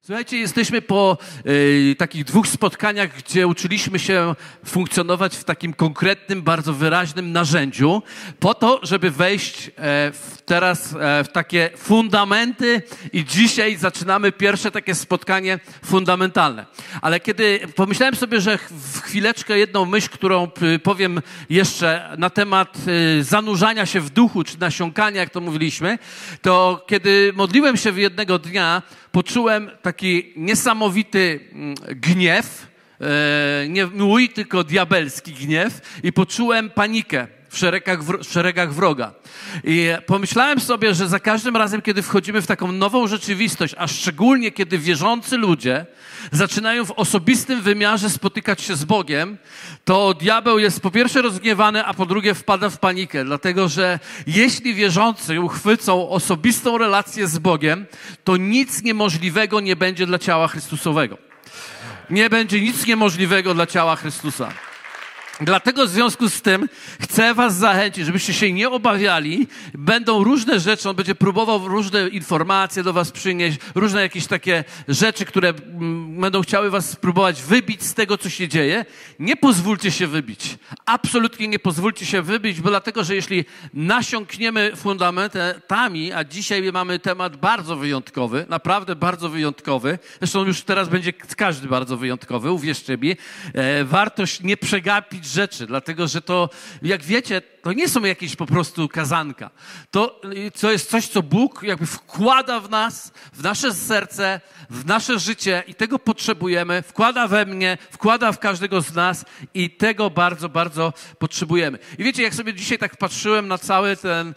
Słuchajcie, jesteśmy po takich 2 spotkaniach, gdzie uczyliśmy się funkcjonować w takim konkretnym, bardzo wyraźnym narzędziu, po to, żeby wejść teraz w takie fundamenty i dzisiaj zaczynamy pierwsze takie spotkanie fundamentalne. Ale kiedy pomyślałem sobie, że w chwileczkę jedną myśl, którą powiem jeszcze na temat zanurzania się w duchu, czy nasiąkania, jak to mówiliśmy, to kiedy modliłem się jednego dnia, poczułem taki niesamowity gniew, nie mój, tylko diabelski gniew i poczułem panikę w szeregach wroga. I pomyślałem sobie, że za każdym razem, kiedy wchodzimy w taką nową rzeczywistość, a szczególnie kiedy wierzący ludzie zaczynają w osobistym wymiarze spotykać się z Bogiem, to diabeł jest po pierwsze rozgniewany, a po drugie wpada w panikę. Dlatego, że jeśli wierzący uchwycą osobistą relację z Bogiem, to nic niemożliwego nie będzie dla ciała Chrystusowego. Nie będzie nic niemożliwego dla ciała Chrystusa. Dlatego w związku z tym chcę was zachęcić, żebyście się nie obawiali. Będą różne rzeczy, on będzie próbował różne informacje do was przynieść, różne jakieś takie rzeczy, które będą chciały was spróbować wybić z tego, co się dzieje. Nie pozwólcie się wybić. Absolutnie nie pozwólcie się wybić, bo dlatego, że jeśli nasiąkniemy fundamentami, a dzisiaj mamy temat bardzo wyjątkowy, naprawdę bardzo wyjątkowy, zresztą już teraz będzie każdy bardzo wyjątkowy, uwierzcie mi, warto nie przegapić rzeczy, dlatego że to, jak wiecie, to nie są jakieś po prostu kazanka. To jest coś, co Bóg jakby wkłada w nas, w nasze serce, w nasze życie i tego potrzebujemy, wkłada we mnie, wkłada w każdego z nas i tego bardzo, bardzo potrzebujemy. I wiecie, jak sobie dzisiaj tak patrzyłem na cały ten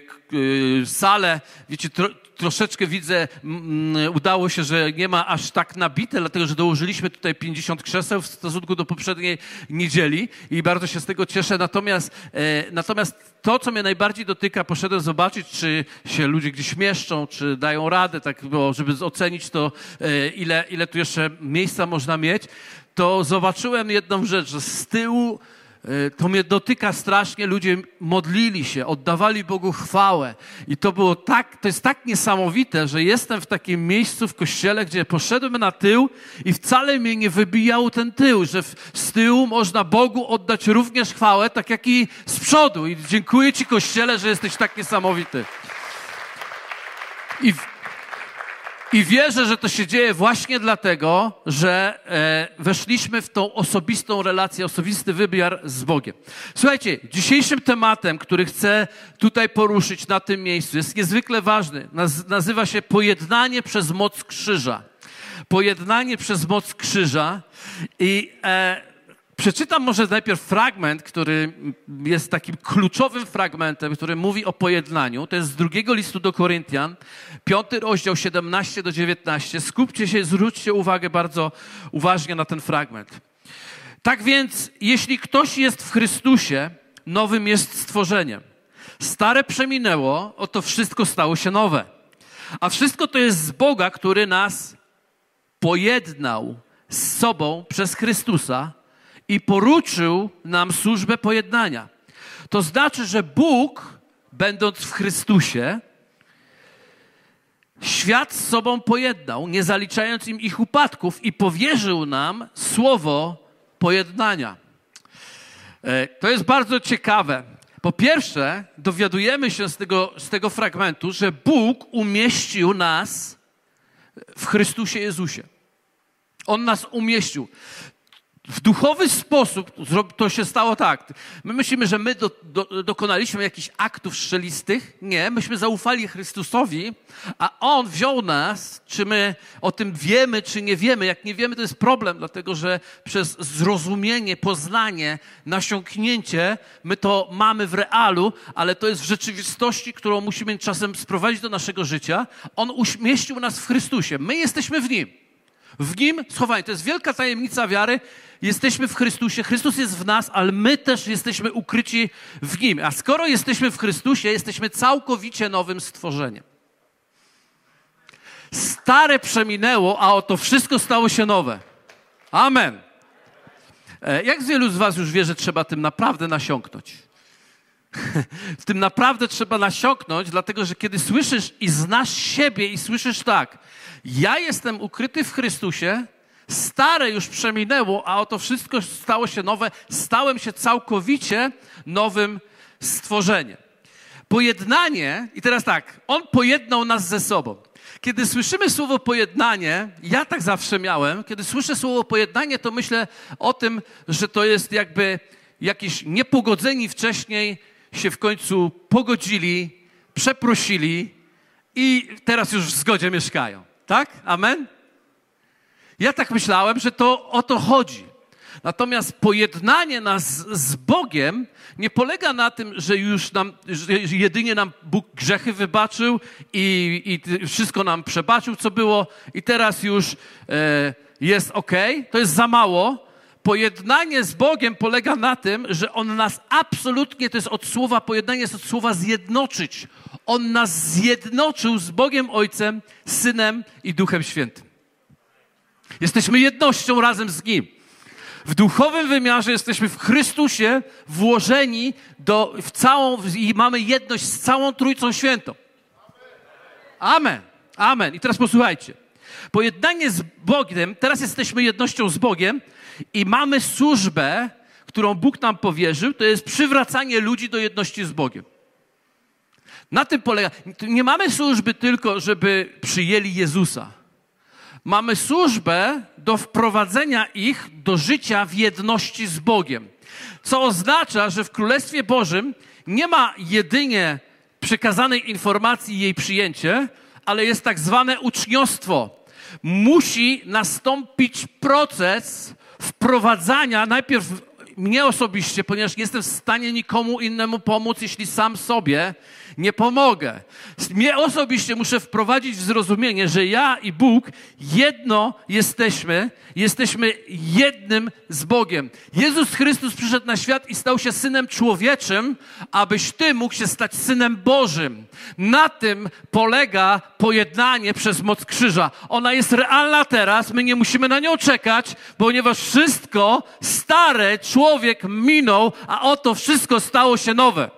salę, wiecie, troszeczkę widzę, udało się, że nie ma aż tak nabite, dlatego że dołożyliśmy tutaj 50 krzeseł w stosunku do poprzedniej niedzieli i bardzo się z tego cieszę. Natomiast to, co mnie najbardziej dotyka, poszedłem zobaczyć, czy się ludzie gdzieś mieszczą, czy dają radę, tak było, żeby ocenić to, ile tu jeszcze miejsca można mieć, to zobaczyłem jedną rzecz, że z tyłu to mnie dotyka strasznie, ludzie modlili się, oddawali Bogu chwałę i to jest tak niesamowite, że jestem w takim miejscu w kościele, gdzie poszedłem na tył i wcale mnie nie wybijał ten tył, że z tyłu można Bogu oddać również chwałę, tak jak i z przodu. I dziękuję Ci, Kościele, że jesteś tak niesamowity. I wierzę, że to się dzieje właśnie dlatego, że weszliśmy w tą osobistą relację, osobisty wymiar z Bogiem. Słuchajcie, dzisiejszym tematem, który chcę tutaj poruszyć na tym miejscu, jest niezwykle ważny. Nazywa się pojednanie przez moc krzyża. Pojednanie przez moc krzyża i przeczytam może najpierw fragment, który jest takim kluczowym fragmentem, który mówi o pojednaniu. To jest z 2 listu do Koryntian, 5 rozdział 17-19. Skupcie się, zwróćcie uwagę bardzo uważnie na ten fragment. Tak więc, jeśli ktoś jest w Chrystusie, nowym jest stworzeniem. Stare przeminęło, oto wszystko stało się nowe. A wszystko to jest z Boga, który nas pojednał z sobą przez Chrystusa i poruczył nam służbę pojednania. To znaczy, że Bóg, będąc w Chrystusie, świat z sobą pojednał, nie zaliczając im ich upadków i powierzył nam słowo pojednania. To jest bardzo ciekawe. Po pierwsze, dowiadujemy się z tego fragmentu, że Bóg umieścił nas w Chrystusie Jezusie. On nas umieścił. W duchowy sposób to się stało tak. My myślimy, że my dokonaliśmy jakichś aktów strzelistych. Nie, myśmy zaufali Chrystusowi, a On wziął nas, czy my o tym wiemy, czy nie wiemy. Jak nie wiemy, to jest problem, dlatego że przez zrozumienie, poznanie, nasiąknięcie, my to mamy w realu, ale to jest w rzeczywistości, którą musimy czasem sprowadzić do naszego życia. On umieścił nas w Chrystusie. My jesteśmy w Nim. W Nim schowani. To jest wielka tajemnica wiary. Jesteśmy w Chrystusie. Chrystus jest w nas, ale my też jesteśmy ukryci w Nim. A skoro jesteśmy w Chrystusie, jesteśmy całkowicie nowym stworzeniem. Stare przeminęło, a oto wszystko stało się nowe. Amen. Jak wielu z was już wie, że trzeba tym naprawdę nasiąknąć? W tym naprawdę trzeba nasiąknąć, dlatego że kiedy słyszysz i znasz siebie i słyszysz tak, Ja jestem ukryty w Chrystusie, stare już przeminęło, a oto wszystko stało się nowe. Stałem się całkowicie nowym stworzeniem. Pojednanie, i teraz tak, On pojednał nas ze sobą. Kiedy słyszymy słowo pojednanie, ja tak zawsze miałem, kiedy słyszę słowo pojednanie, to myślę o tym, że to jest jakby jakieś niepogodzeni wcześniej się w końcu pogodzili, przeprosili i teraz już w zgodzie mieszkają. Tak? Amen? Ja tak myślałem, że to o to chodzi. Natomiast pojednanie nas z Bogiem nie polega na tym, że że jedynie nam Bóg grzechy wybaczył i wszystko nam przebaczył, co było i teraz już jest okej. To jest za mało. Pojednanie z Bogiem polega na tym, że On nas absolutnie, to jest od słowa, pojednanie jest od słowa zjednoczyć. On nas zjednoczył z Bogiem Ojcem, Synem i Duchem Świętym. Jesteśmy jednością razem z Nim. W duchowym wymiarze jesteśmy w Chrystusie włożeni i mamy jedność z całą Trójcą Świętą. Amen. Amen. I teraz posłuchajcie. Pojednanie z Bogiem, teraz jesteśmy jednością z Bogiem i mamy służbę, którą Bóg nam powierzył, to jest przywracanie ludzi do jedności z Bogiem. Na tym polega. Nie mamy służby tylko, żeby przyjęli Jezusa. Mamy służbę do wprowadzenia ich do życia w jedności z Bogiem. Co oznacza, że w Królestwie Bożym nie ma jedynie przekazanej informacji i jej przyjęcie, ale jest tak zwane uczniostwo. Musi nastąpić proces wprowadzania, najpierw mnie osobiście, ponieważ nie jestem w stanie nikomu innemu pomóc, jeśli sam sobie nie pomogę. Mnie osobiście muszę wprowadzić w zrozumienie, że ja i Bóg jedno jesteśmy jednym z Bogiem. Jezus Chrystus przyszedł na świat i stał się Synem Człowieczym, abyś ty mógł się stać Synem Bożym. Na tym polega pojednanie przez moc krzyża. Ona jest realna teraz, my nie musimy na nią czekać, ponieważ wszystko stare, człowiek minął, a oto wszystko stało się nowe.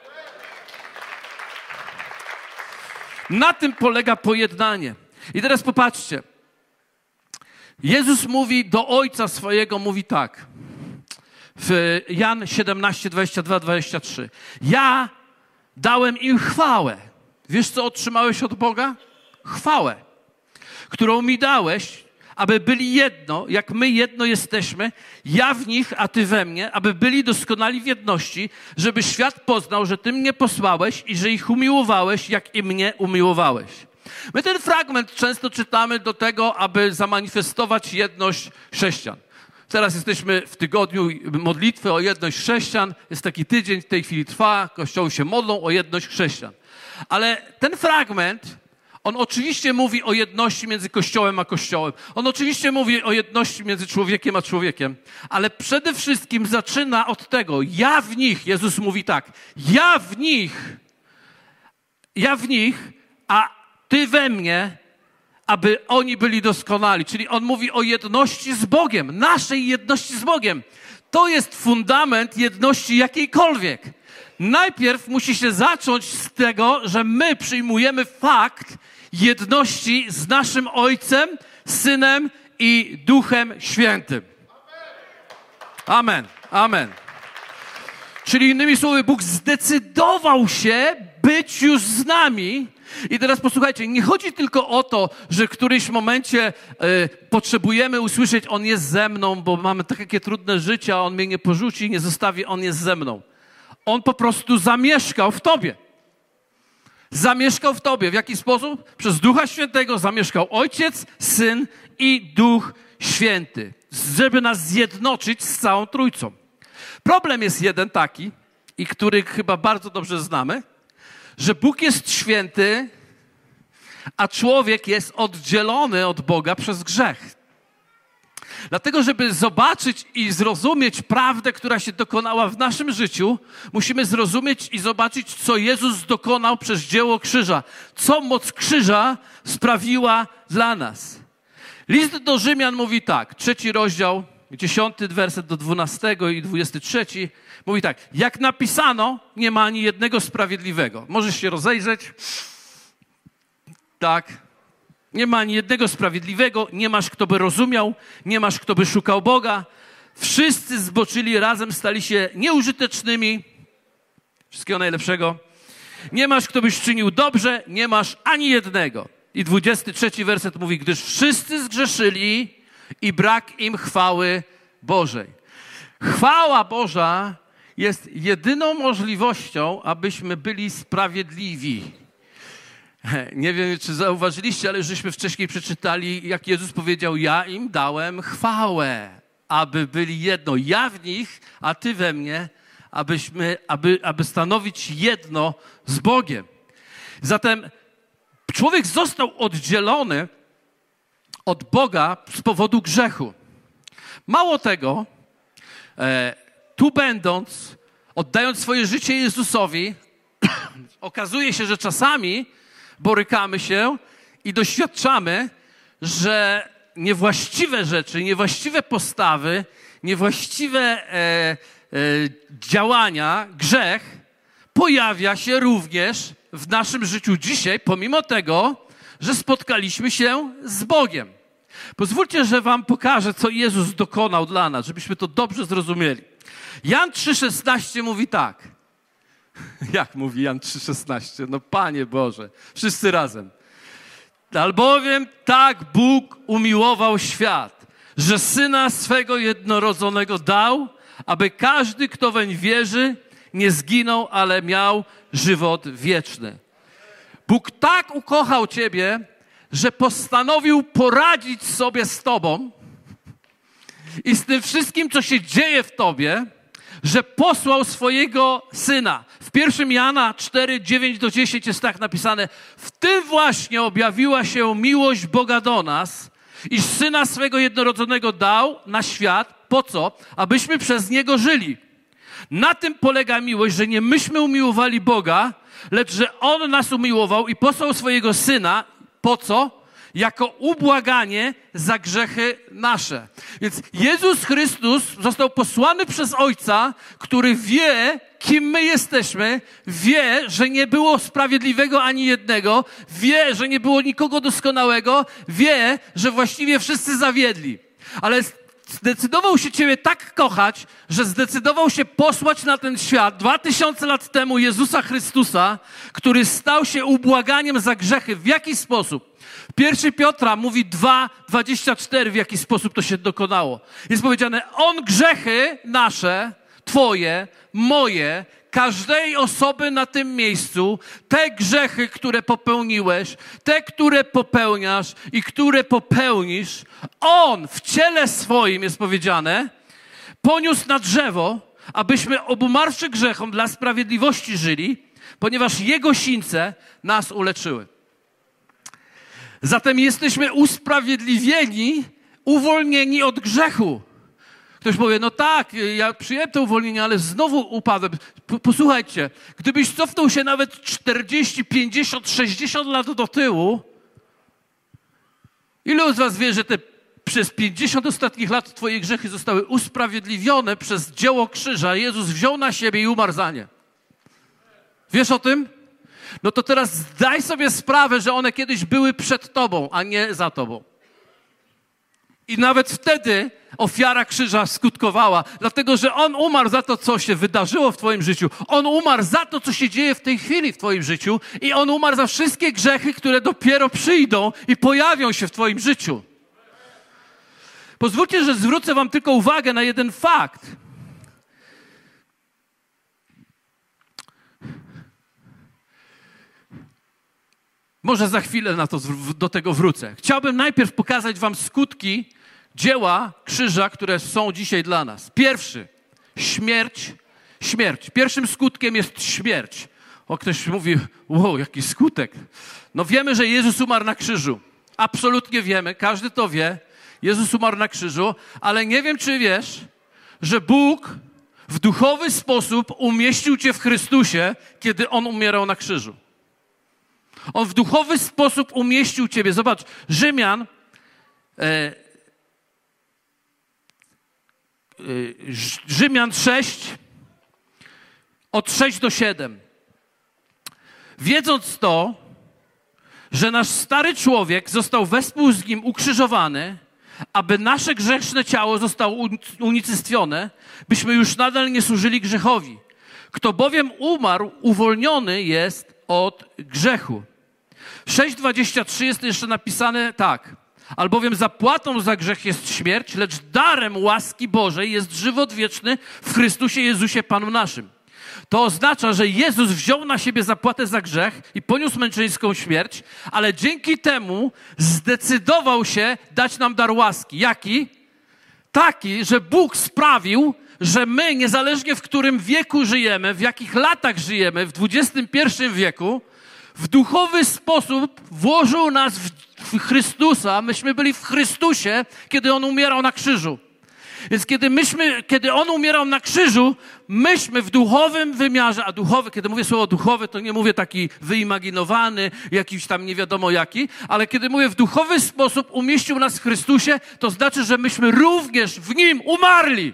Na tym polega pojednanie. I teraz popatrzcie. Jezus mówi do Ojca swojego, mówi tak. W Jan 17, 22, 23. Ja dałem im chwałę. Wiesz, co otrzymałeś od Boga? Chwałę, którą mi dałeś, aby byli jedno, jak my jedno jesteśmy, ja w nich, a ty we mnie, aby byli doskonali w jedności, żeby świat poznał, że ty mnie posłałeś i że ich umiłowałeś, jak i mnie umiłowałeś. My ten fragment często czytamy do tego, aby zamanifestować jedność chrześcijan. Teraz jesteśmy w tygodniu modlitwy o jedność chrześcijan. Jest taki tydzień, w tej chwili trwa, kościoły się modlą o jedność chrześcijan. Ale ten fragment, on oczywiście mówi o jedności między Kościołem a Kościołem. On oczywiście mówi o jedności między człowiekiem a człowiekiem. Ale przede wszystkim zaczyna od tego, ja w nich, Jezus mówi tak, ja w nich, a ty we mnie, aby oni byli doskonali. Czyli on mówi o jedności z Bogiem, naszej jedności z Bogiem. To jest fundament jedności jakiejkolwiek. Najpierw musi się zacząć z tego, że my przyjmujemy fakt jedności z naszym Ojcem, Synem i Duchem Świętym. Amen. Amen. Czyli innymi słowy, Bóg zdecydował się być już z nami. I teraz posłuchajcie, nie chodzi tylko o to, że w którymś momencie potrzebujemy usłyszeć, On jest ze mną, bo mamy takie trudne życie, a On mnie nie porzuci, nie zostawi, On jest ze mną. On po prostu zamieszkał w tobie. Zamieszkał w tobie. W jaki sposób? Przez Ducha Świętego zamieszkał Ojciec, Syn i Duch Święty, żeby nas zjednoczyć z całą Trójcą. Problem jest jeden taki, i który chyba bardzo dobrze znamy, że Bóg jest święty, a człowiek jest oddzielony od Boga przez grzech. Dlatego, żeby zobaczyć i zrozumieć prawdę, która się dokonała w naszym życiu, musimy zrozumieć i zobaczyć, co Jezus dokonał przez dzieło krzyża. Co moc krzyża sprawiła dla nas. List do Rzymian mówi tak, 3 rozdział, 10 werset do 12 i 23, mówi tak, jak napisano, nie ma ani jednego sprawiedliwego. Możesz się rozejrzeć. Tak. Nie ma ani jednego sprawiedliwego, nie masz kto by rozumiał, nie masz kto by szukał Boga. Wszyscy zboczyli, razem stali się nieużytecznymi. Wszystkiego najlepszego. Nie masz kto byś czynił dobrze, nie masz ani jednego. I 23 werset mówi, gdyż wszyscy zgrzeszyli i brak im chwały Bożej. Chwała Boża jest jedyną możliwością, abyśmy byli sprawiedliwi. Nie wiem, czy zauważyliście, ale już żeśmy wcześniej przeczytali, jak Jezus powiedział, ja im dałem chwałę, aby byli jedno. Ja w nich, a Ty we mnie, aby stanowić jedno z Bogiem. Zatem człowiek został oddzielony od Boga z powodu grzechu. Mało tego, tu będąc, oddając swoje życie Jezusowi, okazuje się, że czasami borykamy się i doświadczamy, że niewłaściwe rzeczy, niewłaściwe postawy, niewłaściwe działania, grzech pojawia się również w naszym życiu dzisiaj, pomimo tego, że spotkaliśmy się z Bogiem. Pozwólcie, że wam pokażę, co Jezus dokonał dla nas, żebyśmy to dobrze zrozumieli. Jan 3,16 mówi tak. Jak mówi Jan 3,16? No Panie Boże, wszyscy razem. Albowiem tak Bóg umiłował świat, że Syna swego jednorodzonego dał, aby każdy, kto weń wierzy, nie zginął, ale miał żywot wieczny. Bóg tak ukochał ciebie, że postanowił poradzić sobie z tobą i z tym wszystkim, co się dzieje w tobie, że posłał swojego Syna. W 1 Jana 4, 9-10 jest tak napisane, w tym właśnie objawiła się miłość Boga do nas, iż Syna swego jednorodzonego dał na świat. Po co? Abyśmy przez Niego żyli. Na tym polega miłość, że nie myśmy umiłowali Boga, lecz że On nas umiłował i posłał swojego Syna. Po co? Jako ubłaganie za grzechy nasze. Więc Jezus Chrystus został posłany przez Ojca, który wie, kim my jesteśmy, wie, że nie było sprawiedliwego ani jednego, wie, że nie było nikogo doskonałego, wie, że właściwie wszyscy zawiedli. Ale zdecydował się ciebie tak kochać, że zdecydował się posłać na ten świat 2000 lat temu Jezusa Chrystusa, który stał się ubłaganiem za grzechy. W jaki sposób? 1 Piotra mówi 2:24, w jaki sposób to się dokonało. Jest powiedziane, On grzechy nasze, twoje, moje, każdej osoby na tym miejscu, te grzechy, które popełniłeś, te, które popełniasz i które popełnisz, On w ciele swoim, jest powiedziane, poniósł na drzewo, abyśmy obumarwszy grzechom dla sprawiedliwości żyli, ponieważ Jego sińce nas uleczyły. Zatem jesteśmy usprawiedliwieni, uwolnieni od grzechu. Ktoś powie, no tak, ja przyjąłem to uwolnienie, ale znowu upadłem. Posłuchajcie, gdybyś cofnął się nawet 40, 50, 60 lat do tyłu, ilu z was wie, że przez 50 ostatnich lat twoje grzechy zostały usprawiedliwione przez dzieło krzyża? Jezus wziął na siebie i umarł za nie. Wiesz o tym? No to teraz zdaj sobie sprawę, że one kiedyś były przed tobą, a nie za tobą. I nawet wtedy ofiara krzyża skutkowała, dlatego że On umarł za to, co się wydarzyło w twoim życiu. On umarł za to, co się dzieje w tej chwili w twoim życiu i On umarł za wszystkie grzechy, które dopiero przyjdą i pojawią się w twoim życiu. Pozwólcie, że zwrócę wam tylko uwagę na jeden fakt. Może za chwilę do tego wrócę. Chciałbym najpierw pokazać wam skutki dzieła krzyża, które są dzisiaj dla nas. Pierwszy, śmierć. Pierwszym skutkiem jest śmierć. O, ktoś mówi, wow, jaki skutek. No wiemy, że Jezus umarł na krzyżu. Absolutnie wiemy, każdy to wie. Jezus umarł na krzyżu, ale nie wiem, czy wiesz, że Bóg w duchowy sposób umieścił cię w Chrystusie, kiedy On umierał na krzyżu. On w duchowy sposób umieścił ciebie. Zobacz, Rzymian 6, od 6 do 7. Wiedząc to, że nasz stary człowiek został wespół z Nim ukrzyżowany, aby nasze grzeszne ciało zostało unicestwione, byśmy już nadal nie służyli grzechowi. Kto bowiem umarł, uwolniony jest od grzechu. 6:23 jest jeszcze napisane tak. Albowiem zapłatą za grzech jest śmierć, lecz darem łaski Bożej jest żywot wieczny w Chrystusie Jezusie Panu naszym. To oznacza, że Jezus wziął na siebie zapłatę za grzech i poniósł męczeńską śmierć, ale dzięki temu zdecydował się dać nam dar łaski. Jaki? Taki, że Bóg sprawił, że my, niezależnie w którym wieku żyjemy, w jakich latach żyjemy, w XXI wieku, w duchowy sposób włożył nas w Chrystusa. Myśmy byli w Chrystusie, kiedy On umierał na krzyżu. Więc kiedy On umierał na krzyżu, myśmy w duchowym wymiarze, a duchowy, kiedy mówię słowo duchowy, to nie mówię taki wyimaginowany, jakiś tam nie wiadomo jaki, ale kiedy mówię w duchowy sposób umieścił nas w Chrystusie, to znaczy, że myśmy również w Nim umarli.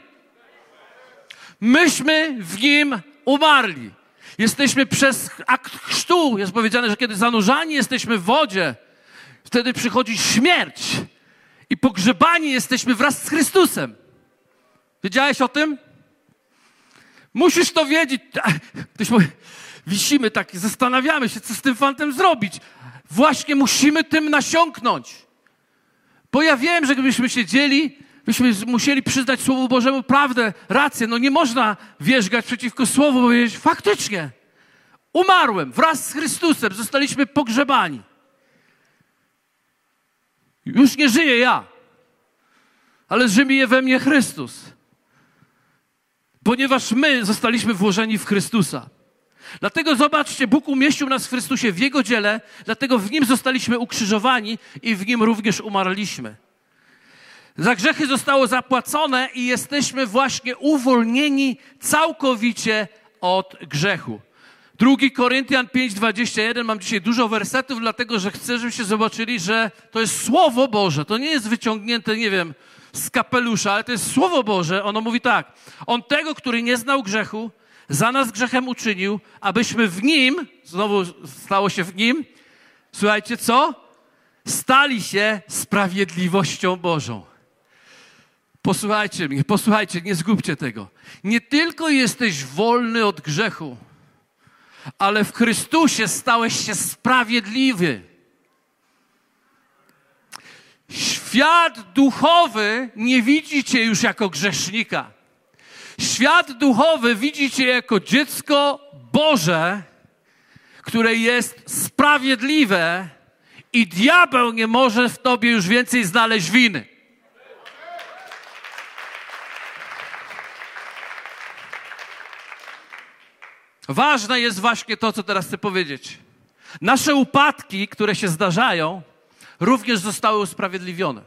Myśmy w Nim umarli. Jesteśmy przez akt chrztu, jest powiedziane, że kiedy zanurzani jesteśmy w wodzie, wtedy przychodzi śmierć i pogrzebani jesteśmy wraz z Chrystusem. Wiedziałeś o tym? Musisz to wiedzieć. Ktoś mówi, wisimy tak, zastanawiamy się, co z tym fantem zrobić. Właśnie musimy tym nasiąknąć. Bo ja wiem, że gdybyśmy siedzieli, byśmy musieli przyznać Słowu Bożemu prawdę, rację. No nie można wierzgać przeciwko Słowu, bo powiedzieć, faktycznie, umarłem wraz z Chrystusem, zostaliśmy pogrzebani. Już nie żyję ja, ale żyje we mnie Chrystus. Ponieważ my zostaliśmy włożeni w Chrystusa. Dlatego zobaczcie, Bóg umieścił nas w Chrystusie, w Jego dziele, dlatego w Nim zostaliśmy ukrzyżowani i w Nim również umarliśmy. Za grzechy zostało zapłacone i jesteśmy właśnie uwolnieni całkowicie od grzechu. 2 Koryntian 5:21, mam dzisiaj dużo wersetów, dlatego że chcę, żebyście zobaczyli, że to jest Słowo Boże. To nie jest wyciągnięte, nie wiem, z kapelusza, ale to jest Słowo Boże. Ono mówi tak. On tego, który nie znał grzechu, za nas grzechem uczynił, abyśmy w Nim, znowu stało się w Nim, słuchajcie, co? Stali się sprawiedliwością Bożą. Posłuchajcie mnie, posłuchajcie, nie zgubcie tego. Nie tylko jesteś wolny od grzechu, ale w Chrystusie stałeś się sprawiedliwy. Świat duchowy nie widzi cię już jako grzesznika. Świat duchowy widzi cię jako dziecko Boże, które jest sprawiedliwe i diabeł nie może w tobie już więcej znaleźć winy. Ważne jest właśnie to, co teraz chcę powiedzieć. Nasze upadki, które się zdarzają, również zostały usprawiedliwione.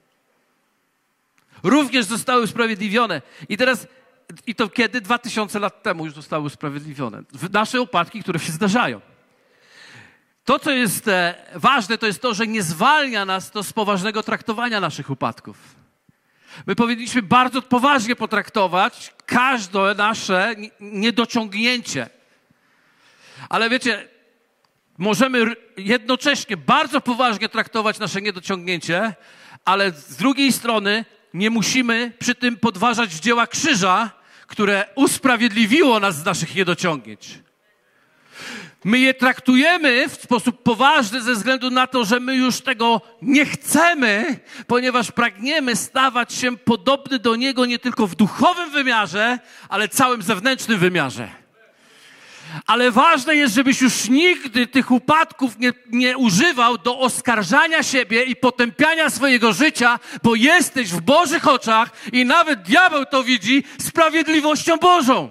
Również zostały usprawiedliwione. I to kiedy? 2000 lat temu już zostały usprawiedliwione. Nasze upadki, które się zdarzają. To, co jest ważne, to jest to, że nie zwalnia nas to z poważnego traktowania naszych upadków. My powinniśmy bardzo poważnie potraktować każde nasze niedociągnięcie. Ale wiecie, możemy jednocześnie bardzo poważnie traktować nasze niedociągnięcie, ale z drugiej strony nie musimy przy tym podważać dzieła krzyża, które usprawiedliwiło nas z naszych niedociągnięć. My je traktujemy w sposób poważny ze względu na to, że my już tego nie chcemy, ponieważ pragniemy stawać się podobny do Niego nie tylko w duchowym wymiarze, ale całym zewnętrznym wymiarze. Ale ważne jest, żebyś już nigdy tych upadków nie używał do oskarżania siebie i potępiania swojego życia, bo jesteś w Bożych oczach i nawet diabeł to widzi sprawiedliwością Bożą.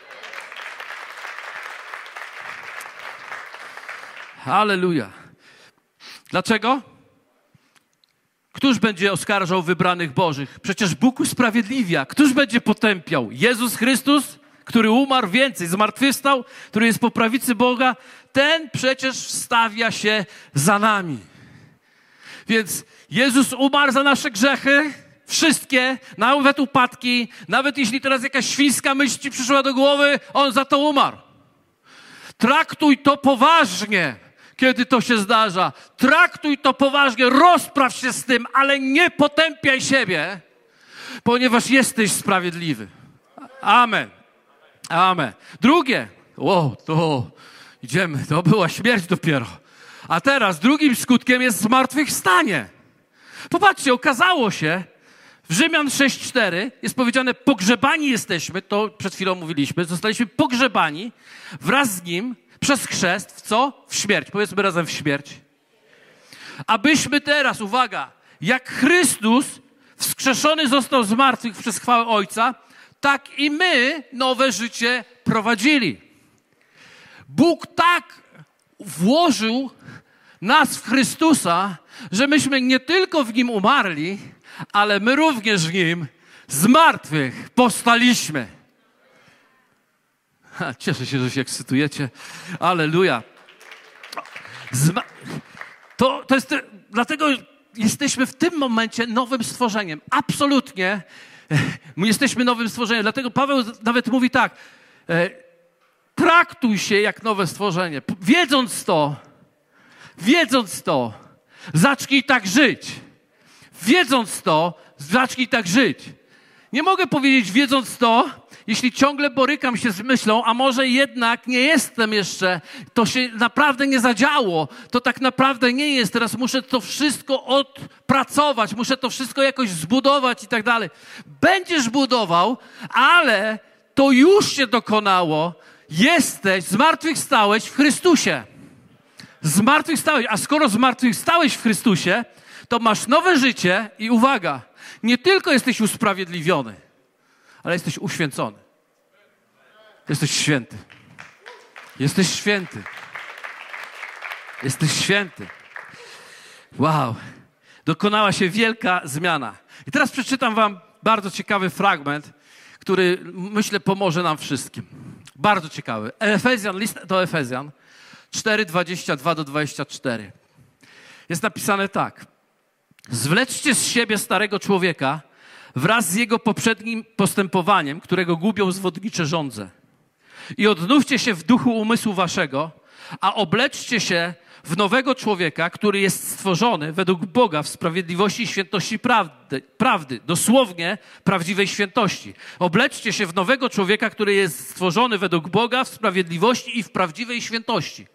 Halleluja. Dlaczego? Któż będzie oskarżał wybranych Bożych? Przecież Bóg usprawiedliwia. Któż będzie potępiał? Jezus Chrystus, który umarł więcej, zmartwychwstał, który jest po prawicy Boga, ten przecież wstawia się za nami. Więc Jezus umarł za nasze grzechy, wszystkie, nawet upadki, nawet jeśli teraz jakaś świńska myśl ci przyszła do głowy, On za to umarł. Traktuj to poważnie. kiedy to się zdarza. Traktuj to poważnie, rozpraw się z tym, ale nie potępiaj siebie, ponieważ jesteś sprawiedliwy. Amen. Amen. Drugie, to idziemy, to była śmierć dopiero. A teraz drugim skutkiem jest zmartwychwstanie. Popatrzcie, okazało się, w Rzymian 6:4 jest powiedziane, pogrzebani jesteśmy, to przed chwilą mówiliśmy, zostaliśmy pogrzebani wraz z Nim przez chrzest w co? W śmierć. Powiedzmy razem w śmierć. Abyśmy teraz, uwaga, jak Chrystus wskrzeszony został z martwych przez chwałę Ojca, tak i my nowe życie prowadzili. Bóg tak włożył nas w Chrystusa, że myśmy nie tylko w Nim umarli, ale my również w Nim z martwych powstaliśmy. Cieszę się, że się ekscytujecie. Alleluja. To jest, dlatego jesteśmy w tym momencie nowym stworzeniem. Absolutnie. My jesteśmy nowym stworzeniem. Dlatego Paweł nawet mówi tak. Traktuj się jak nowe stworzenie. Wiedząc to, zacznij tak żyć. Wiedząc to, zacznij tak żyć. Nie mogę powiedzieć wiedząc to, jeśli ciągle borykam się z myślą, a może jednak nie jestem jeszcze, to się naprawdę nie zadziało, to tak naprawdę nie jest, teraz muszę to wszystko odpracować, muszę to wszystko jakoś zbudować i tak dalej. Będziesz budował, ale to już się dokonało, zmartwychwstałeś w Chrystusie. Zmartwychwstałeś, a skoro zmartwychwstałeś w Chrystusie, to masz nowe życie i uwaga, nie tylko jesteś usprawiedliwiony, ale jesteś uświęcony. Jesteś święty. Jesteś święty. Jesteś święty. Wow. Dokonała się wielka zmiana. I teraz przeczytam wam bardzo ciekawy fragment, który myślę pomoże nam wszystkim. Bardzo ciekawy. List do Efezjan 4:22-24. Jest napisane tak. Zwleczcie z siebie starego człowieka wraz z jego poprzednim postępowaniem, którego gubią zwodnicze żądze. I odnówcie się w duchu umysłu waszego, a obleczcie się w nowego człowieka, który jest stworzony według Boga w sprawiedliwości i świętości prawdy. Dosłownie prawdziwej świętości. Obleczcie się w nowego człowieka, który jest stworzony według Boga w sprawiedliwości i w prawdziwej świętości.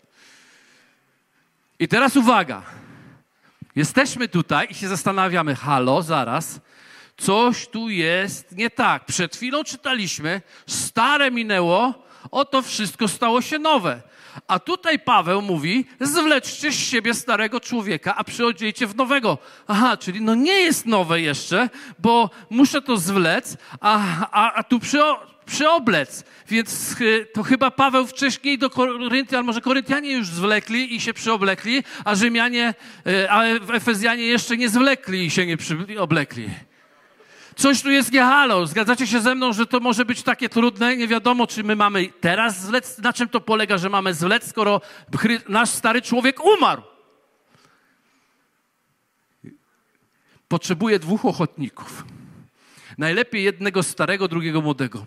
I teraz uwaga. Jesteśmy tutaj i się zastanawiamy, halo, zaraz, coś tu jest nie tak. Przed chwilą czytaliśmy, stare minęło, oto wszystko stało się nowe. A tutaj Paweł mówi, zwleczcie z siebie starego człowieka, a przyodziejcie w nowego. Aha, czyli no nie jest nowe jeszcze, bo muszę to zwlec, a tu przyoblec. Więc to chyba Paweł wcześniej do Koryntian, ale może Koryntianie już zwlekli i się przyoblekli, a Rzymianie, a Efezjanie jeszcze nie zwlekli i się nie przyoblekli. Coś tu jest nie halo. Zgadzacie się ze mną, że to może być takie trudne? Nie wiadomo, czy my mamy teraz zwlec. Na czym to polega, że mamy zwlec, skoro nasz stary człowiek umarł? Potrzebuje 2 ochotników. Najlepiej jednego starego, drugiego młodego.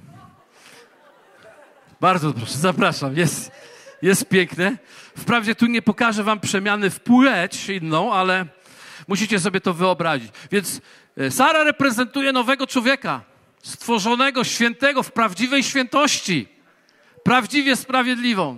Bardzo proszę, zapraszam. Jest piękne. Wprawdzie tu nie pokażę wam przemiany w płeć inną, ale musicie sobie to wyobrazić. Więc Sara reprezentuje nowego człowieka, stworzonego, świętego w prawdziwej świętości, prawdziwie sprawiedliwą.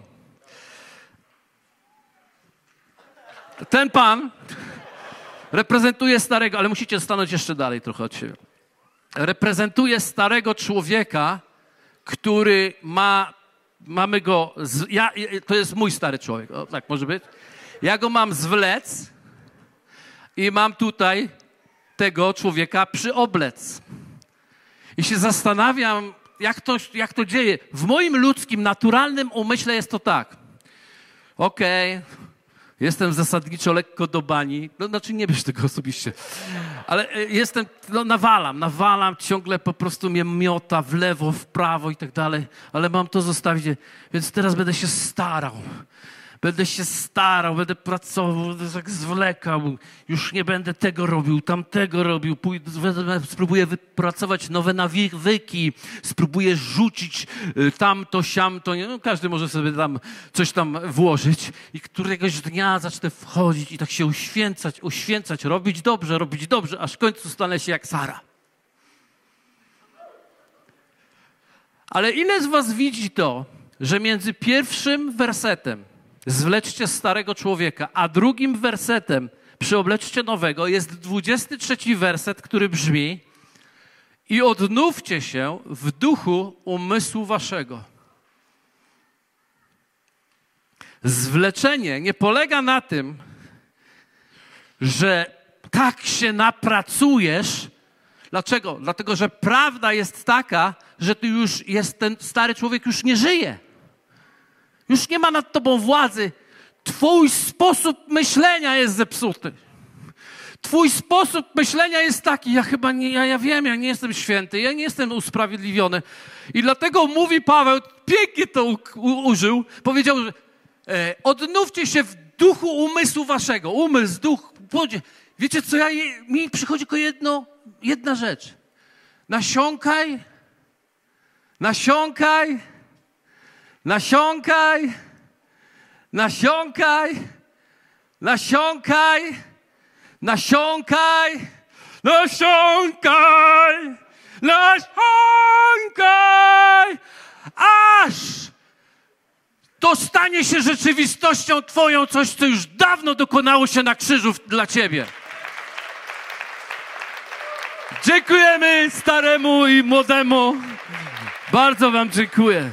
Ten pan reprezentuje starego, ale musicie stanąć jeszcze dalej trochę od siebie. Reprezentuje starego człowieka, który mamy go, to jest mój stary człowiek, o, tak może być. Ja go mam zwlec i mam tutaj tego człowieka przyoblec. I się zastanawiam, jak to dzieje. W moim ludzkim, naturalnym umyśle jest to tak. Okej, jestem zasadniczo lekko do bani. No, znaczy nie bierz tego osobiście. Ale jestem, nawalam, ciągle po prostu mnie miota w lewo, w prawo i tak dalej. Ale mam to zostawić. Więc teraz będę się starał. Będę się starał, będę pracował, będę tak zwlekał. Już nie będę tego robił, tamtego robił. Spróbuję wypracować nowe nawyki. Spróbuję rzucić tamto, siamto. No, każdy może sobie tam coś tam włożyć. I któregoś dnia zacznę wchodzić i tak się uświęcać, robić dobrze, aż w końcu stanę się jak Sara. Ale ile z was widzi to, że między pierwszym wersetem zwleczcie starego człowieka, a drugim wersetem przyobleczcie nowego jest 23 werset, który brzmi: i odnówcie się w duchu umysłu waszego. Zwleczenie nie polega na tym, że tak się napracujesz. Dlaczego? Dlatego, że prawda jest taka, że ten stary człowiek już nie żyje. Już nie ma nad tobą władzy. Twój sposób myślenia jest zepsuty. Twój sposób myślenia jest taki: ja wiem, ja nie jestem święty, ja nie jestem usprawiedliwiony. I dlatego mówi Paweł, pięknie to użył, powiedział, że odnówcie się w duchu umysłu waszego. Umysł, duch. Wiecie co, mi przychodzi tylko jedna rzecz. Nasiąkaj, nasiąkaj, nasiąkaj, nasiąkaj, nasiąkaj, nasiąkaj, nasiąkaj, nasiąkaj, aż to stanie się rzeczywistością twoją, coś, co już dawno dokonało się na krzyżu dla ciebie. Dziękujemy staremu i młodemu. Bardzo wam dziękuję.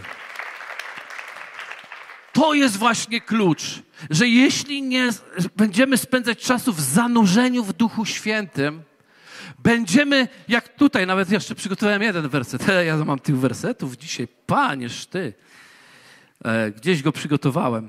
To jest właśnie klucz, że jeśli nie będziemy spędzać czasu w zanurzeniu w Duchu Świętym, będziemy, jak tutaj, nawet jeszcze przygotowałem jeden werset. Ja mam tych wersetów dzisiaj, Paniesz Ty. Gdzieś go przygotowałem.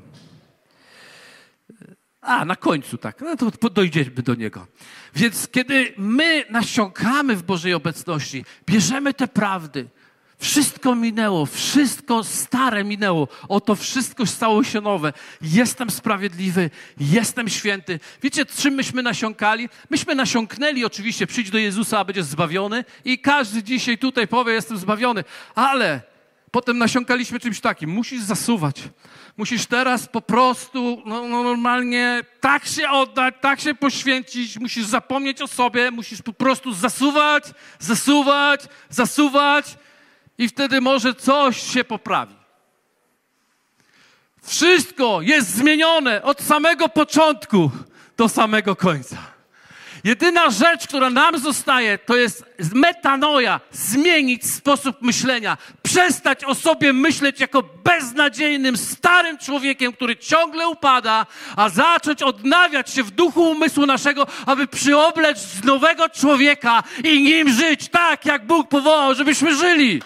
Na końcu, tak. No to dojdziemy do niego. Więc kiedy my nasiąkamy w Bożej obecności, bierzemy te prawdy, wszystko minęło, wszystko stare minęło, oto wszystko stało się nowe. Jestem sprawiedliwy, jestem święty. Wiecie, czym myśmy nasiąkali? Myśmy nasiąknęli oczywiście, przyjdź do Jezusa, a będziesz zbawiony, i każdy dzisiaj tutaj powie, jestem zbawiony, ale potem nasiąkaliśmy czymś takim: musisz zasuwać. Musisz teraz po prostu normalnie tak się oddać, tak się poświęcić, musisz zapomnieć o sobie, musisz po prostu zasuwać, zasuwać, zasuwać i wtedy może coś się poprawi. Wszystko jest zmienione od samego początku do samego końca. Jedyna rzecz, która nam zostaje, to jest metanoja, zmienić sposób myślenia, przestać o sobie myśleć jako beznadziejnym, starym człowiekiem, który ciągle upada, a zacząć odnawiać się w duchu umysłu naszego, aby przyoblec nowego człowieka i nim żyć tak, jak Bóg powołał, żebyśmy żyli.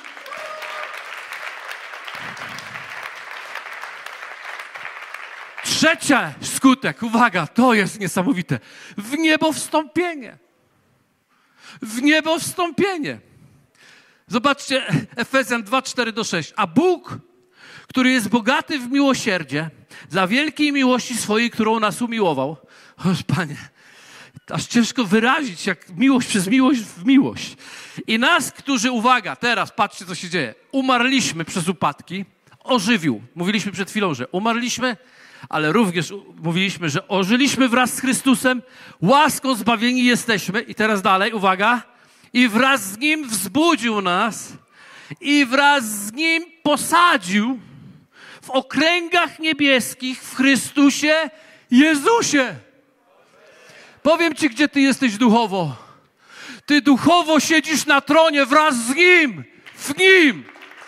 Trzeci skutek, uwaga, to jest niesamowite. W niebo wstąpienie. W niebo wstąpienie. Zobaczcie, Efezjan 2, 4-6. A Bóg, który jest bogaty w miłosierdzie, dla wielkiej miłości swojej, którą nas umiłował. O Panie, aż ciężko wyrazić, jak miłość przez miłość w miłość. I nas, którzy, uwaga, teraz patrzcie, co się dzieje. Umarliśmy przez upadki, ożywił. Mówiliśmy przed chwilą, że umarliśmy, ale również mówiliśmy, że ożyliśmy wraz z Chrystusem, łaską zbawieni jesteśmy. I teraz dalej, uwaga. I wraz z Nim wzbudził nas i wraz z Nim posadził w okręgach niebieskich w Chrystusie Jezusie. Powiem ci, gdzie ty jesteś duchowo. Ty duchowo siedzisz na tronie wraz z Nim, w Nim.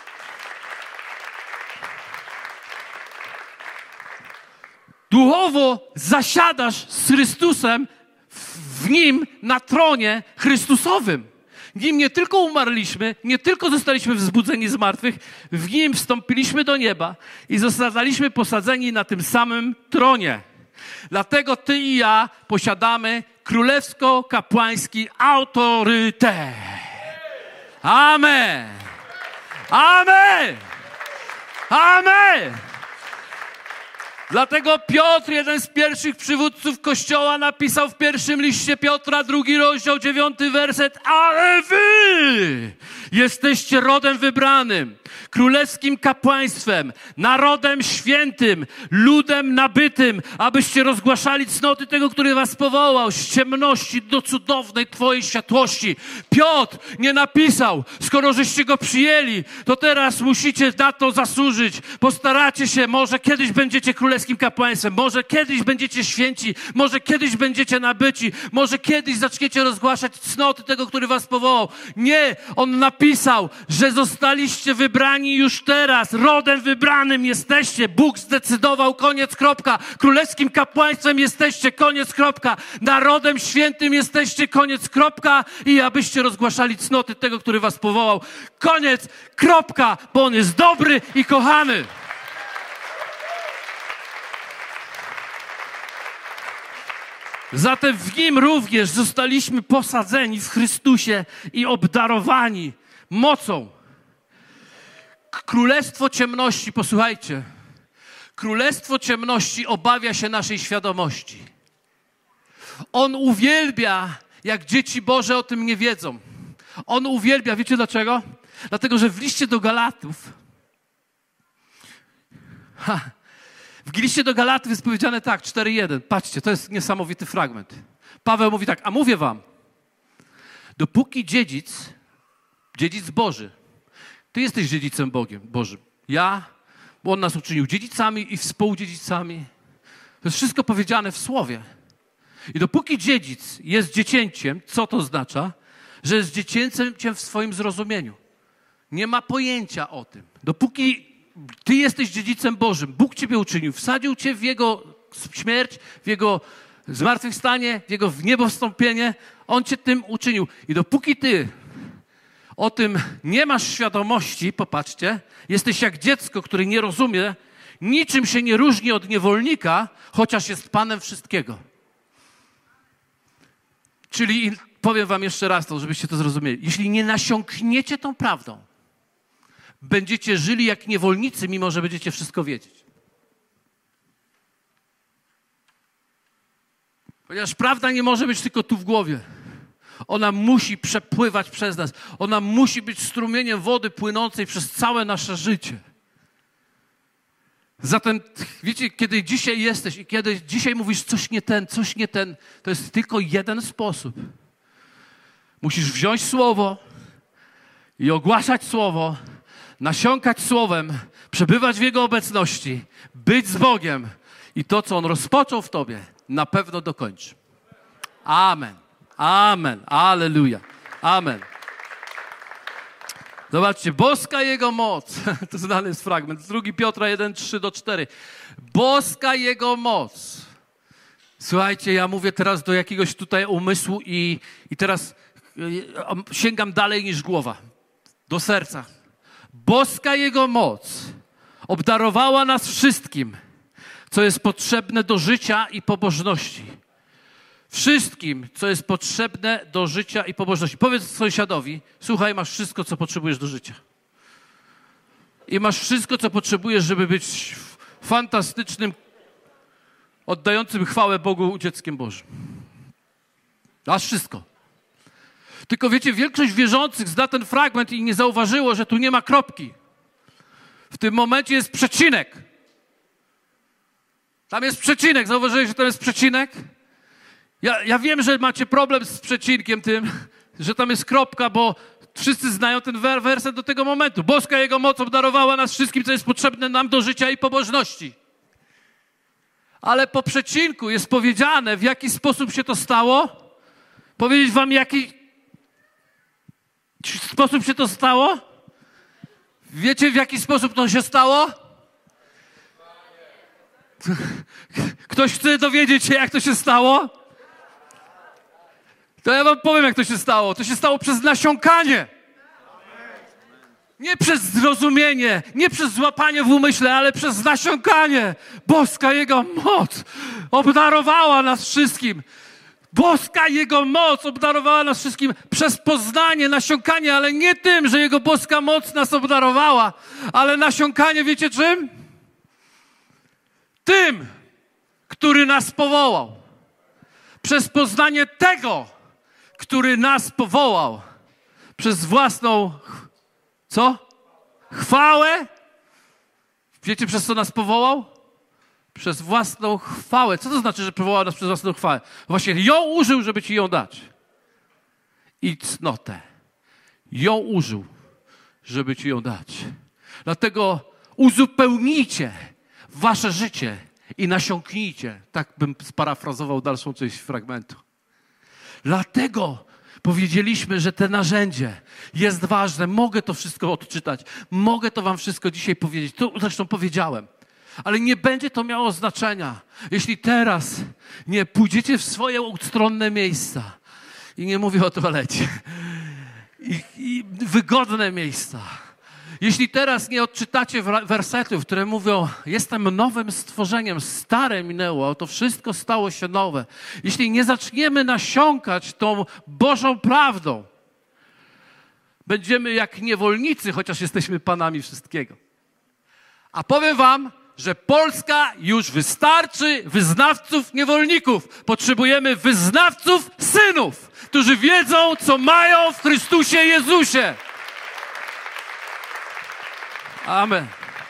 Duchowo zasiadasz z Chrystusem w Nim na tronie Chrystusowym. W Nim nie tylko umarliśmy, nie tylko zostaliśmy wzbudzeni z martwych, w Nim wstąpiliśmy do nieba i zostaliśmy posadzeni na tym samym tronie. Dlatego ty i ja posiadamy królewsko-kapłański autorytet. Amen. Amen. Amen. Dlatego Piotr, jeden z pierwszych przywódców Kościoła, napisał w pierwszym liście Piotra, 2 rozdział, 9 werset: ale wy jesteście rodem wybranym, królewskim kapłaństwem, narodem świętym, ludem nabytym, abyście rozgłaszali cnoty tego, który was powołał z ciemności do cudownej Twojej światłości. Piotr nie napisał: skoro żeście go przyjęli, to teraz musicie na to zasłużyć. Postaracie się, może kiedyś będziecie królewskim kapłaństwem, może kiedyś będziecie święci, może kiedyś będziecie nabyci, może kiedyś zaczniecie rozgłaszać cnoty tego, który was powołał. Nie, on napisał, że zostaliście wybrani już teraz, rodem wybranym jesteście, Bóg zdecydował, koniec, kropka. Królewskim kapłaństwem jesteście, koniec, kropka. Narodem świętym jesteście, koniec, kropka. I abyście rozgłaszali cnoty tego, który was powołał. Koniec, kropka, bo on jest dobry i kochany. Zatem w Nim również zostaliśmy posadzeni w Chrystusie i obdarowani mocą. Królestwo ciemności, posłuchajcie, królestwo ciemności obawia się naszej świadomości. On uwielbia, jak dzieci Boże o tym nie wiedzą. On uwielbia, wiecie dlaczego? Dlatego, że w liście do Galatów, w liście do Galatów jest powiedziane tak, 4:1. Patrzcie, to jest niesamowity fragment. Paweł mówi tak: a mówię wam, dopóki dziedzic Boży, ty jesteś dziedzicem Bożym, bo on nas uczynił dziedzicami i współdziedzicami. To jest wszystko powiedziane w Słowie. I dopóki dziedzic jest dziecięciem, co to oznacza? Że jest dziecięciem w swoim zrozumieniu. Nie ma pojęcia o tym. Dopóki ty jesteś dziedzicem Bożym, Bóg ciebie uczynił, wsadził cię w Jego śmierć, w Jego zmartwychwstanie, w Jego niebowstąpienie, On cię tym uczynił. I dopóki ty o tym nie masz świadomości, popatrzcie, jesteś jak dziecko, które nie rozumie, niczym się nie różni od niewolnika, chociaż jest panem wszystkiego. Czyli powiem wam jeszcze raz to, żebyście to zrozumieli. Jeśli nie nasiąkniecie tą prawdą, będziecie żyli jak niewolnicy, mimo że będziecie wszystko wiedzieć. Ponieważ prawda nie może być tylko tu w głowie. Ona musi przepływać przez nas. Ona musi być strumieniem wody płynącej przez całe nasze życie. Zatem, wiecie, kiedy dzisiaj jesteś i kiedy dzisiaj mówisz coś nie ten, to jest tylko jeden sposób. Musisz wziąć Słowo i ogłaszać Słowo, nasiąkać Słowem, przebywać w Jego obecności, być z Bogiem i to, co On rozpoczął w tobie, na pewno dokończy. Amen. Amen. Alleluja. Amen. Zobaczcie, boska Jego moc. To znany jest fragment. 2 Piotra 1, 3-4. Boska Jego moc. Słuchajcie, ja mówię teraz do jakiegoś tutaj umysłu i teraz sięgam dalej niż głowa. Do serca. Boska Jego moc obdarowała nas wszystkim, co jest potrzebne do życia i pobożności. Wszystkim, co jest potrzebne do życia i pobożności. Powiedz sąsiadowi: słuchaj, masz wszystko, co potrzebujesz do życia. I masz wszystko, co potrzebujesz, żeby być fantastycznym, oddającym chwałę Bogu dzieckiem Bożym. Masz wszystko. Tylko wiecie, większość wierzących zna ten fragment i nie zauważyło, że tu nie ma kropki. W tym momencie jest przecinek. Tam jest przecinek. Zauważyłeś, że tam jest przecinek? Ja wiem, że macie problem z przecinkiem tym, że tam jest kropka, bo wszyscy znają ten werset do tego momentu. Boska Jego moc obdarowała nas wszystkim, co jest potrzebne nam do życia i pobożności. Ale po przecinku jest powiedziane, w jaki sposób się to stało. Powiedzieć wam, w jaki sposób się to stało? Wiecie, w jaki sposób to się stało? Ktoś chce dowiedzieć się, jak to się stało? To ja wam powiem, jak to się stało. To się stało przez nasiąkanie. Nie przez zrozumienie, nie przez złapanie w umyśle, ale przez nasiąkanie. Boska Jego moc obdarowała nas wszystkim. Boska Jego moc obdarowała nas wszystkim przez poznanie, nasiąkanie, ale nie tym, że Jego boska moc nas obdarowała, ale nasiąkanie, wiecie czym? tym, który nas powołał. Przez poznanie tego, który nas powołał. Przez własną, co? Chwałę. Wiecie, przez co nas powołał? Przez własną chwałę. Co to znaczy, że powołał nas przez własną chwałę? Właśnie ją użył, żeby ci ją dać. I cnotę. Ją użył, żeby ci ją dać. Dlatego uzupełnijcie wasze życie i nasiąknijcie. Tak bym sparafrazował dalszą część fragmentu. Dlatego powiedzieliśmy, że to narzędzie jest ważne. Mogę to wszystko odczytać. Mogę to wam wszystko dzisiaj powiedzieć. To zresztą powiedziałem. Ale nie będzie to miało znaczenia, jeśli teraz nie pójdziecie w swoje ustronne miejsca. I nie mówię o toalecie. I wygodne miejsca. Jeśli teraz nie odczytacie wersetów, które mówią, jestem nowym stworzeniem, stare minęło, to wszystko stało się nowe. Jeśli nie zaczniemy nasiąkać tą Bożą prawdą, będziemy jak niewolnicy, chociaż jesteśmy panami wszystkiego. A powiem wam, że Polska już wystarczy wyznawców niewolników. Potrzebujemy wyznawców synów, którzy wiedzą, co mają w Chrystusie Jezusie. Amen.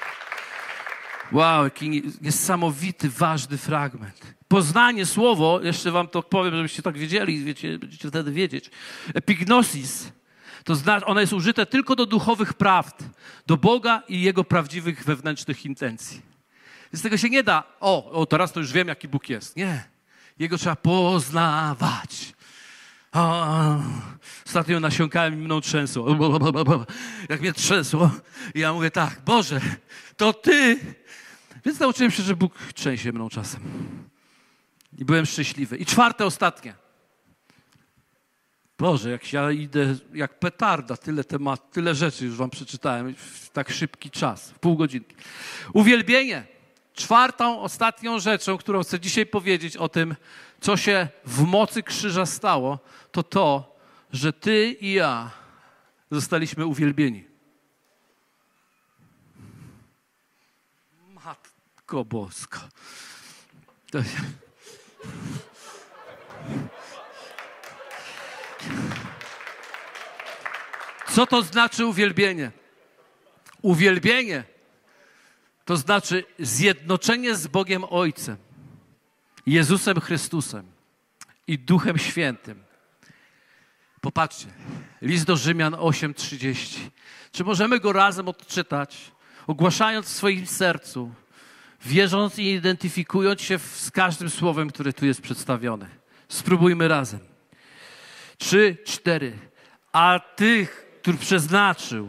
Wow, jaki niesamowity, ważny fragment. Poznanie, słowo, jeszcze wam to powiem, żebyście tak wiedzieli, wiecie, będziecie wtedy wiedzieć. Epignosis, to znaczy, ono jest użyte tylko do duchowych prawd, do Boga i Jego prawdziwych wewnętrznych intencji. Z tego się nie da, teraz to już wiem, jaki Bóg jest. Nie. Jego trzeba poznawać. Ostatnio nasiąkałem i mną trzęsło. Jak mnie trzęsło, ja mówię tak, Boże, to Ty. Więc nauczyłem się, że Bóg trzęsie mną czasem. I byłem szczęśliwy. I czwarte, ostatnie. Boże, jak ja idę jak petarda, tyle rzeczy już wam przeczytałem w tak szybki czas, w pół godzinki. Uwielbienie. Czwartą, ostatnią rzeczą, którą chcę dzisiaj powiedzieć o tym, co się w mocy krzyża stało, to, że ty i ja zostaliśmy uwielbieni. Matko Boska. Co to znaczy uwielbienie? Uwielbienie to znaczy zjednoczenie z Bogiem Ojcem, Jezusem Chrystusem i Duchem Świętym. Popatrzcie, list do Rzymian 8:30. Czy możemy go razem odczytać, ogłaszając w swoim sercu, wierząc i identyfikując się z każdym słowem, które tu jest przedstawione? Spróbujmy razem. 3, 4. A tych, których przeznaczył,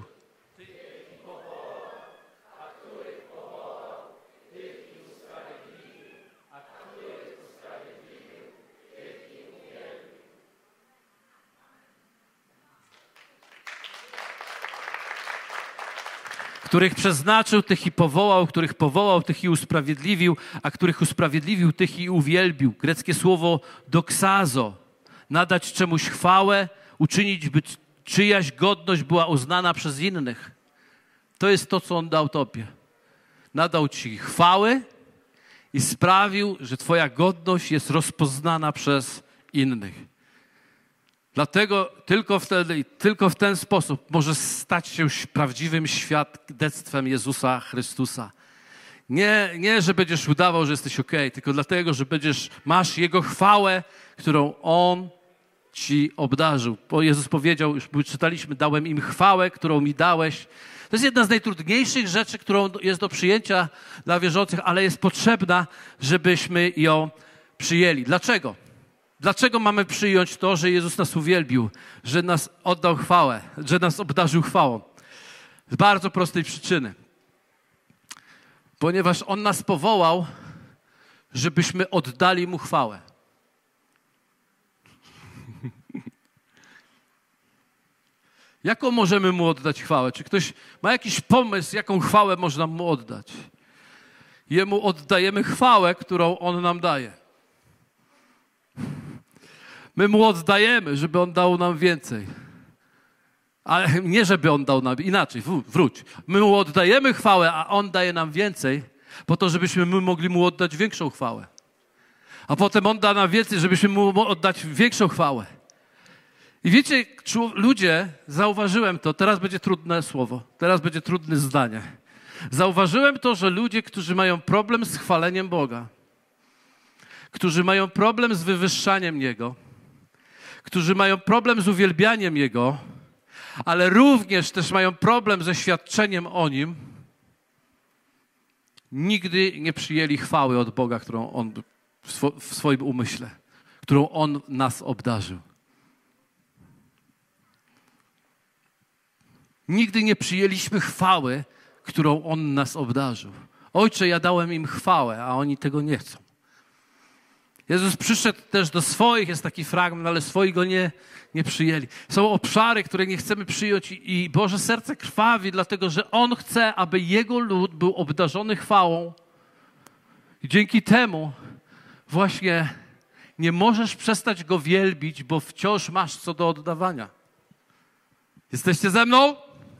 których przeznaczył, tych i powołał, których powołał, tych i usprawiedliwił, a których usprawiedliwił, tych i uwielbił. Greckie słowo doksazo. Nadać czemuś chwałę, uczynić, by czyjaś godność była uznana przez innych. To jest to, co On dał Tobie. Nadał Ci chwały i sprawił, że Twoja godność jest rozpoznana przez innych. Dlatego tylko wtedy i tylko w ten sposób możesz stać się prawdziwym świadectwem Jezusa Chrystusa. Nie, że będziesz udawał, że jesteś okej, tylko dlatego, że masz Jego chwałę, którą On Ci obdarzył. Bo Jezus powiedział, już czytaliśmy, dałem im chwałę, którą mi dałeś. To jest jedna z najtrudniejszych rzeczy, którą jest do przyjęcia dla wierzących, ale jest potrzebna, żebyśmy ją przyjęli. Dlaczego? Dlaczego mamy przyjąć to, że Jezus nas uwielbił, że nas oddał chwałę, że nas obdarzył chwałą? Z bardzo prostej przyczyny. Ponieważ On nas powołał, żebyśmy oddali Mu chwałę. Jaką możemy Mu oddać chwałę? Czy ktoś ma jakiś pomysł, jaką chwałę można Mu oddać? Jemu oddajemy chwałę, którą On nam daje. My Mu oddajemy, żeby On dał nam więcej. Ale nie, żeby On dał nam inaczej, wróć. My Mu oddajemy chwałę, a On daje nam więcej, Po to, żebyśmy my mogli Mu oddać większą chwałę. A potem On da nam więcej, żebyśmy Mu oddać większą chwałę. I wiecie, ludzie, zauważyłem to, teraz będzie trudne słowo, teraz będzie trudne zdanie. Zauważyłem to, że ludzie, którzy mają problem z chwaleniem Boga, którzy mają problem z wywyższaniem Jego, którzy mają problem z uwielbianiem Jego, ale również też mają problem ze świadczeniem o Nim, nigdy nie przyjęli chwały od Boga, którą On w swoim umyśle, którą On nas obdarzył. Nigdy nie przyjęliśmy chwały, którą On nas obdarzył. Ojcze, ja dałem im chwałę, a oni tego nie chcą. Jezus przyszedł też do swoich, jest taki fragment, ale swoi Go nie przyjęli. Są obszary, które nie chcemy przyjąć i Boże serce krwawi, dlatego że On chce, aby Jego lud był obdarzony chwałą. I dzięki temu właśnie nie możesz przestać Go wielbić, bo wciąż masz co do oddawania. Jesteście ze mną?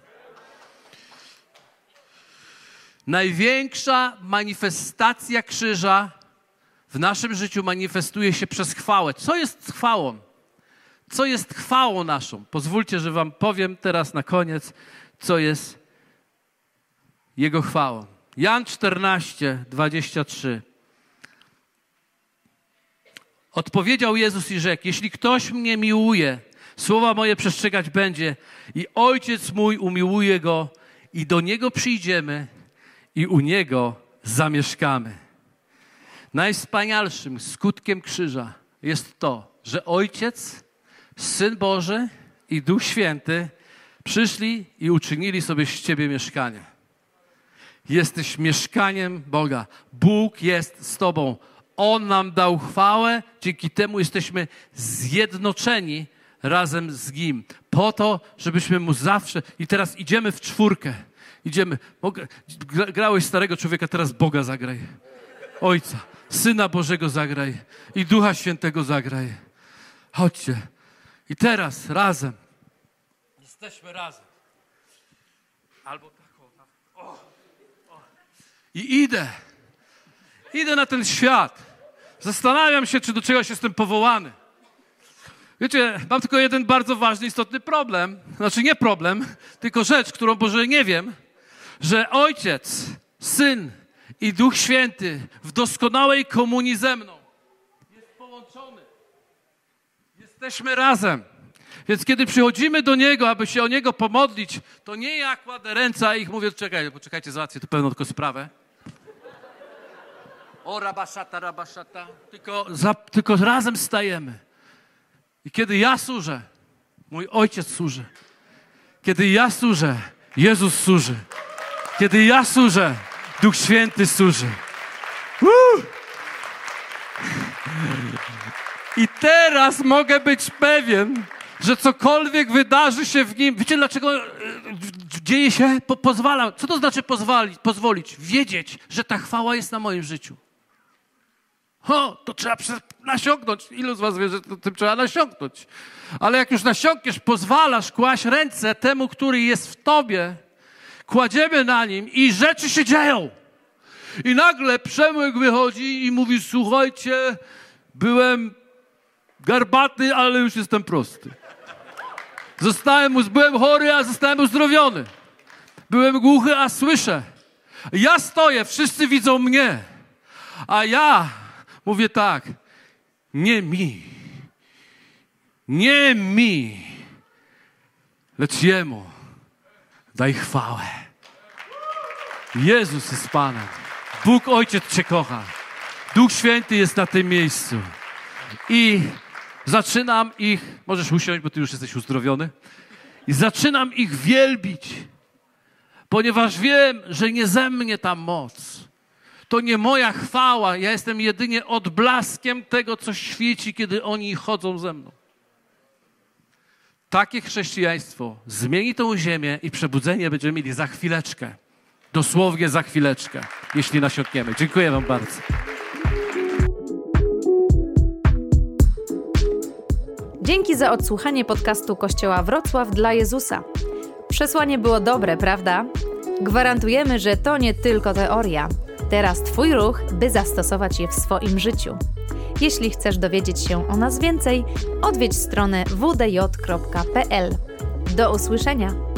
Największa manifestacja krzyża w naszym życiu manifestuje się przez chwałę. Co jest chwałą? Co jest chwałą naszą? Pozwólcie, że wam powiem teraz na koniec, co jest Jego chwałą. Jan 14, 23. Odpowiedział Jezus i rzekł: jeśli ktoś mnie miłuje, słowa moje przestrzegać będzie i Ojciec mój umiłuje go i do Niego przyjdziemy i u Niego zamieszkamy. Najwspanialszym skutkiem krzyża jest to, że Ojciec, Syn Boży i Duch Święty przyszli i uczynili sobie z ciebie mieszkanie. Jesteś mieszkaniem Boga. Bóg jest z tobą. On nam dał chwałę, dzięki temu jesteśmy zjednoczeni razem z Nim. Po to, żebyśmy Mu zawsze... I teraz idziemy w czwórkę. Idziemy. Grałeś starego człowieka, teraz Boga zagraj. Ojca, Syna Bożego zagraj i Ducha Świętego zagraj. Chodźcie. I teraz razem. Jesteśmy razem. Albo tak. I idę. Idę na ten świat. Zastanawiam się, czy do czegoś jestem powołany. Wiecie, mam tylko jeden bardzo ważny, istotny problem. Znaczy nie problem, tylko rzecz, którą może nie wiem, że Ojciec, Syn i Duch Święty w doskonałej komunii ze mną jest połączony. Jesteśmy razem. Więc kiedy przychodzimy do Niego, aby się o Niego pomodlić, to nie ja kładę ręce, a ich mówię: poczekajcie, załatwię tu pewną tylko sprawę. O, rabaszata. Tylko razem stajemy. I kiedy ja służę, mój Ojciec służy. Kiedy ja służę, Jezus służy. Kiedy ja służę, Duch Święty służy. I teraz mogę być pewien, że cokolwiek wydarzy się w Nim... Wiecie, dlaczego dzieje się? Pozwala. Co to znaczy pozwolić? Wiedzieć, że ta chwała jest na moim życiu. To trzeba nasiąknąć. Ilu z was wie, że tym trzeba nasiąknąć? Ale jak już nasiąkniesz, pozwalasz kłaść ręce temu, który jest w tobie, kładziemy na nim i rzeczy się dzieją. I nagle Przemek wychodzi i mówi: słuchajcie, byłem garbaty, ale już jestem prosty. Byłem chory, a zostałem uzdrowiony. Byłem głuchy, a słyszę. Ja stoję, wszyscy widzą mnie. A ja mówię tak: nie mi, lecz Jemu daj chwałę. Jezus jest Panem. Bóg Ojciec Cię kocha. Duch Święty jest na tym miejscu. I zaczynam ich... Możesz usiąść, bo Ty już jesteś uzdrowiony. I zaczynam ich wielbić, ponieważ wiem, że nie ze mnie ta moc. To nie moja chwała. Ja jestem jedynie odblaskiem tego, co świeci, kiedy oni chodzą ze mną. Takie chrześcijaństwo zmieni tą ziemię i przebudzenie będziemy mieli za chwileczkę. Dosłownie za chwileczkę, jeśli nasiąkniemy. Dziękuję wam bardzo. Dzięki za odsłuchanie podcastu Kościoła Wrocław dla Jezusa. Przesłanie było dobre, prawda? Gwarantujemy, że to nie tylko teoria. Teraz Twój ruch, by zastosować je w swoim życiu. Jeśli chcesz dowiedzieć się o nas więcej, odwiedź stronę wdj.pl. Do usłyszenia!